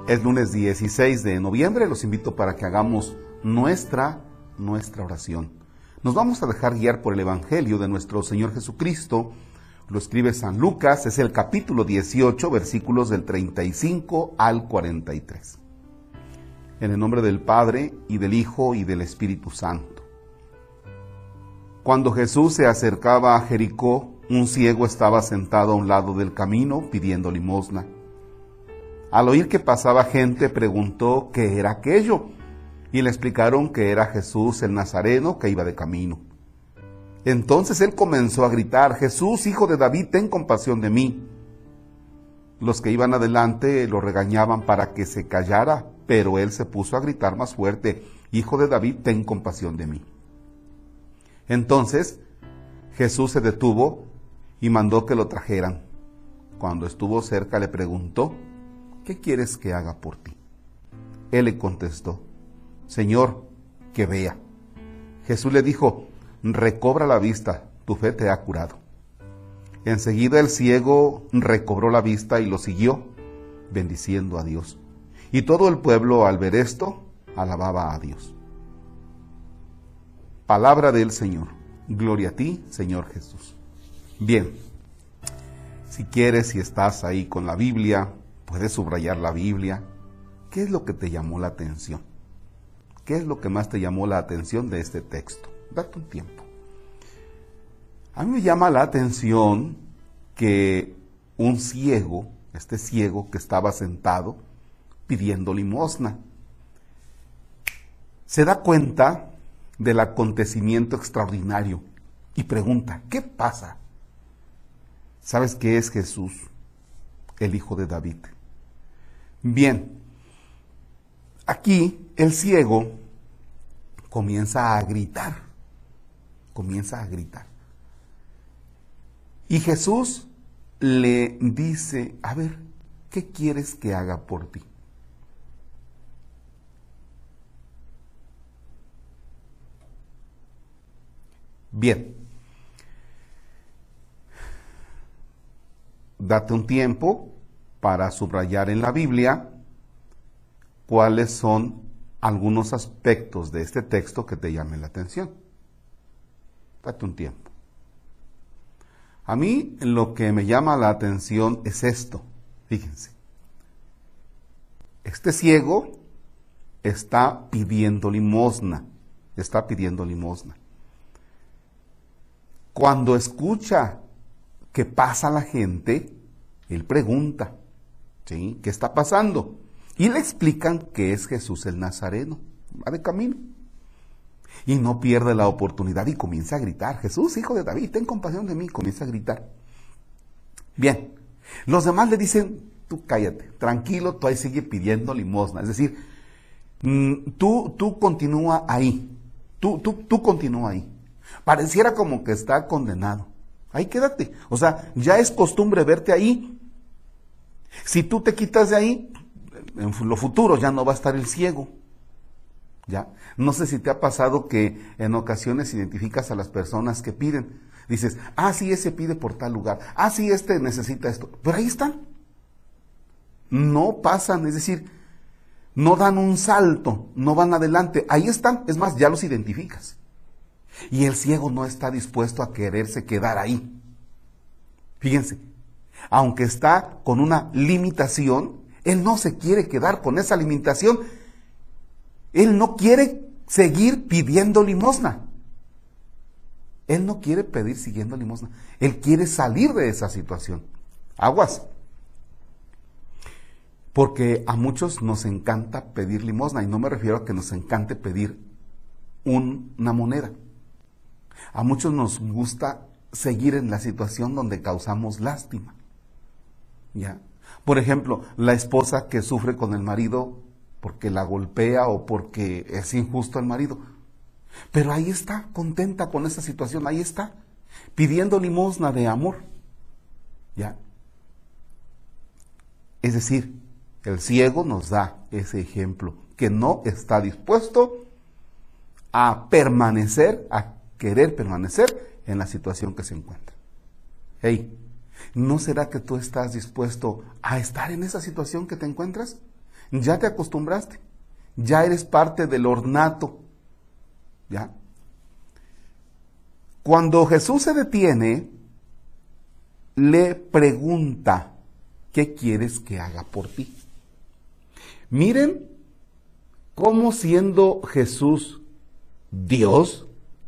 Es lunes 16 de noviembre, los invito para que hagamos nuestra oración. Nos vamos a dejar guiar por el Evangelio de nuestro Señor Jesucristo. Lo escribe San Lucas, es el capítulo 18, versículos del 35 al 43. En el nombre del Padre, y del Hijo, y del Espíritu Santo. Cuando Jesús se acercaba a Jericó, un ciego estaba sentado a un lado del camino pidiendo limosna. Al oír que pasaba gente, preguntó qué era aquello, y le explicaron que era Jesús el Nazareno que iba de camino. Entonces él comenzó a gritar: Jesús, hijo de David, ten compasión de mí. Los que iban adelante lo regañaban para que se callara, pero él se puso a gritar más fuerte: Hijo de David, ten compasión de mí. Entonces Jesús se detuvo y mandó que lo trajeran. Cuando estuvo cerca le preguntó: ¿qué quieres que haga por ti? Él le contestó: Señor, que vea. Jesús le dijo: recobra la vista, tu fe te ha curado. Enseguida el ciego recobró la vista y lo siguió, bendiciendo a Dios. Y todo el pueblo, al ver esto, alababa a Dios. Palabra del Señor. Gloria a ti, Señor Jesús. Bien, si quieres, si estás ahí con la Biblia, puedes subrayar la Biblia. ¿Qué es lo que te llamó la atención? ¿Qué es lo que más te llamó la atención de este texto? Date un tiempo. A mí me llama la atención que un ciego, este ciego que estaba sentado pidiendo limosna, se da cuenta del acontecimiento extraordinario y pregunta: ¿qué pasa? ¿Sabes qué es Jesús, el Hijo de David? Bien, aquí el ciego comienza a gritar. Y Jesús le dice: a ver, ¿qué quieres que haga por ti? Bien, date un tiempo para subrayar en la Biblia cuáles son algunos aspectos de este texto que te llamen la atención. Date un tiempo. A mí lo que me llama la atención es esto. Fíjense. Este ciego está pidiendo limosna. Cuando escucha que pasa la gente, él pregunta, ¿sí? ¿Qué está pasando? Y le explican que es Jesús el Nazareno, va de camino. Y no pierde la oportunidad y comienza a gritar: Jesús, hijo de David, ten compasión de mí. Comienza a gritar. Bien, los demás le dicen: tú cállate, tranquilo, tú ahí sigue pidiendo limosna. Es decir, tú continúa ahí, tú continúa ahí. Pareciera como que está condenado. Ahí quédate. O sea, ya es costumbre verte ahí. Si tú te quitas de ahí, en lo futuro ya no va a estar el ciego. ¿Ya? No sé si te ha pasado que en ocasiones identificas a las personas que piden. Dices: sí, ese pide por tal lugar. Sí, este necesita esto. Pero ahí están. No pasan, es decir, no dan un salto, no van adelante. Ahí están, es más, ya los identificas. Y el ciego no está dispuesto a quererse quedar ahí. Fíjense, aunque está con una limitación, él no se quiere quedar con esa limitación. Él no quiere seguir pidiendo limosna. Él no quiere pedir siguiendo limosna. Él quiere salir de esa situación. Aguas. Porque a muchos nos encanta pedir limosna. Y no me refiero a que nos encante pedir una moneda. A muchos nos gusta seguir en la situación donde causamos lástima. ¿Ya? Por ejemplo, la esposa que sufre con el marido porque la golpea o porque es injusto el marido. Pero ahí está, contenta con esa situación, ahí está, pidiendo limosna de amor. ¿Ya? Es decir, el ciego nos da ese ejemplo, que no está dispuesto a permanecer, a querer permanecer en la situación que se encuentra. Hey, ¿no será que tú estás dispuesto a estar en esa situación que te encuentras? Ya te acostumbraste, ya eres parte del ornato, ¿ya? Cuando Jesús se detiene, le pregunta, ¿qué quieres que haga por ti? Miren cómo siendo Jesús Dios,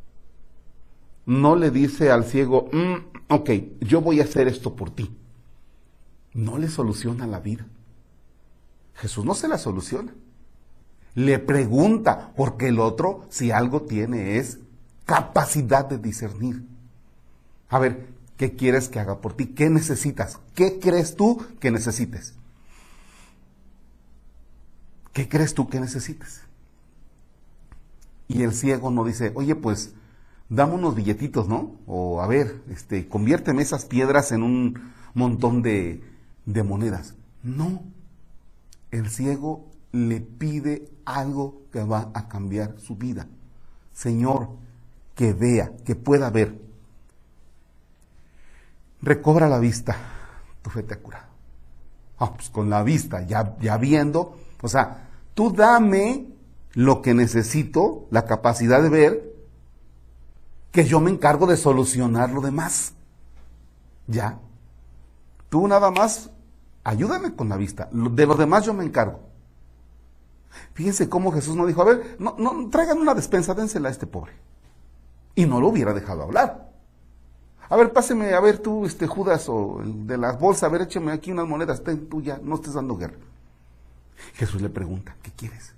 no le dice al ciego, ok, yo voy a hacer esto por ti. No le soluciona la vida. Jesús no se la soluciona. Le pregunta, porque el otro, si algo tiene, es capacidad de discernir. A ver, ¿qué quieres que haga por ti? ¿Qué necesitas? ¿Qué crees tú que necesites? ¿Qué crees tú que necesites? Y el ciego no dice, oye, pues, dame unos billetitos, ¿no? O a ver, conviérteme esas piedras en un montón de monedas. No. El ciego le pide algo que va a cambiar su vida. Señor, que vea, que pueda ver. Recobra la vista, tu fe te ha curado. Pues con la vista, ya viendo, o sea, tú dame lo que necesito, la capacidad de ver, que yo me encargo de solucionar lo demás. Ya. Tú nada más ayúdame con la vista, de los demás yo me encargo. Fíjense cómo Jesús no dijo, a ver, no, traigan una despensa, dénsela a este pobre. Y no lo hubiera dejado hablar. A ver, páseme, a ver tú, Judas, o el de las bolsas, a ver, échame aquí unas monedas, tú ya, no estés dando guerra. Jesús le pregunta, ¿qué quieres?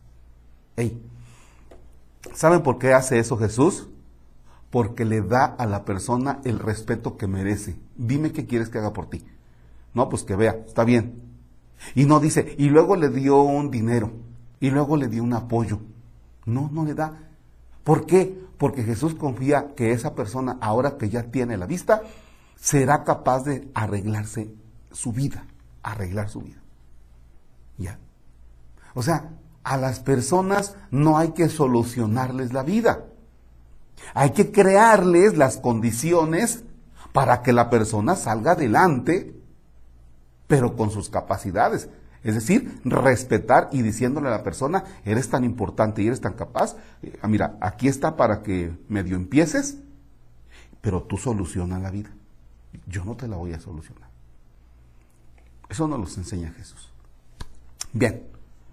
¿Saben por qué hace eso Jesús? Porque le da a la persona el respeto que merece. Dime qué quieres que haga por ti. No, pues que vea, está bien. Y no dice, y luego le dio un dinero, y luego le dio un apoyo. No le da. ¿Por qué? Porque Jesús confía que esa persona, ahora que ya tiene la vista, será capaz de arreglarse su vida, arreglar su vida. ¿Ya? O sea, a las personas no hay que solucionarles la vida. Hay que crearles las condiciones para que la persona salga adelante, pero con sus capacidades. Es decir, respetar y diciéndole a la persona, eres tan importante y eres tan capaz, mira, aquí está para que medio empieces, pero tú soluciona la vida. Yo no te la voy a solucionar. Eso nos lo enseña Jesús. Bien.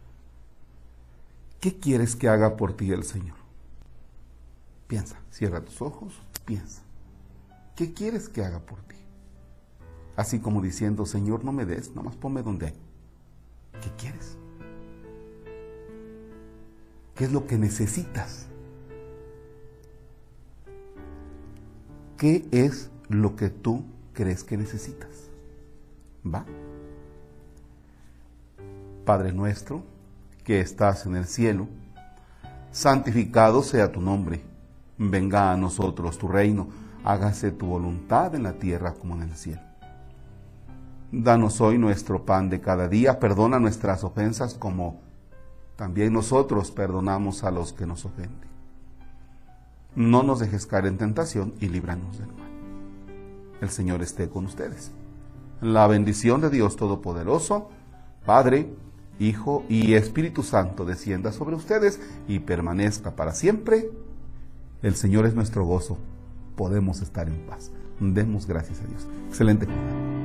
¿Qué quieres que haga por ti el Señor? Piensa, cierra tus ojos, piensa. ¿Qué quieres que haga por ti? Así como diciendo, Señor, no me des, nomás ponme donde hay. ¿Qué quieres? ¿Qué es lo que necesitas? ¿Qué es lo que tú crees que necesitas? ¿Va? Padre nuestro, que estás en el cielo, santificado sea tu nombre. Venga a nosotros tu reino, hágase tu voluntad en la tierra como en el cielo. Danos hoy nuestro pan de cada día, perdona nuestras ofensas como también nosotros perdonamos a los que nos ofenden. No nos dejes caer en tentación y líbranos del mal. El Señor esté con ustedes. La bendición de Dios Todopoderoso, Padre, Hijo y Espíritu Santo descienda sobre ustedes y permanezca para siempre. El Señor es nuestro gozo. Podemos estar en paz. Demos gracias a Dios. Excelente.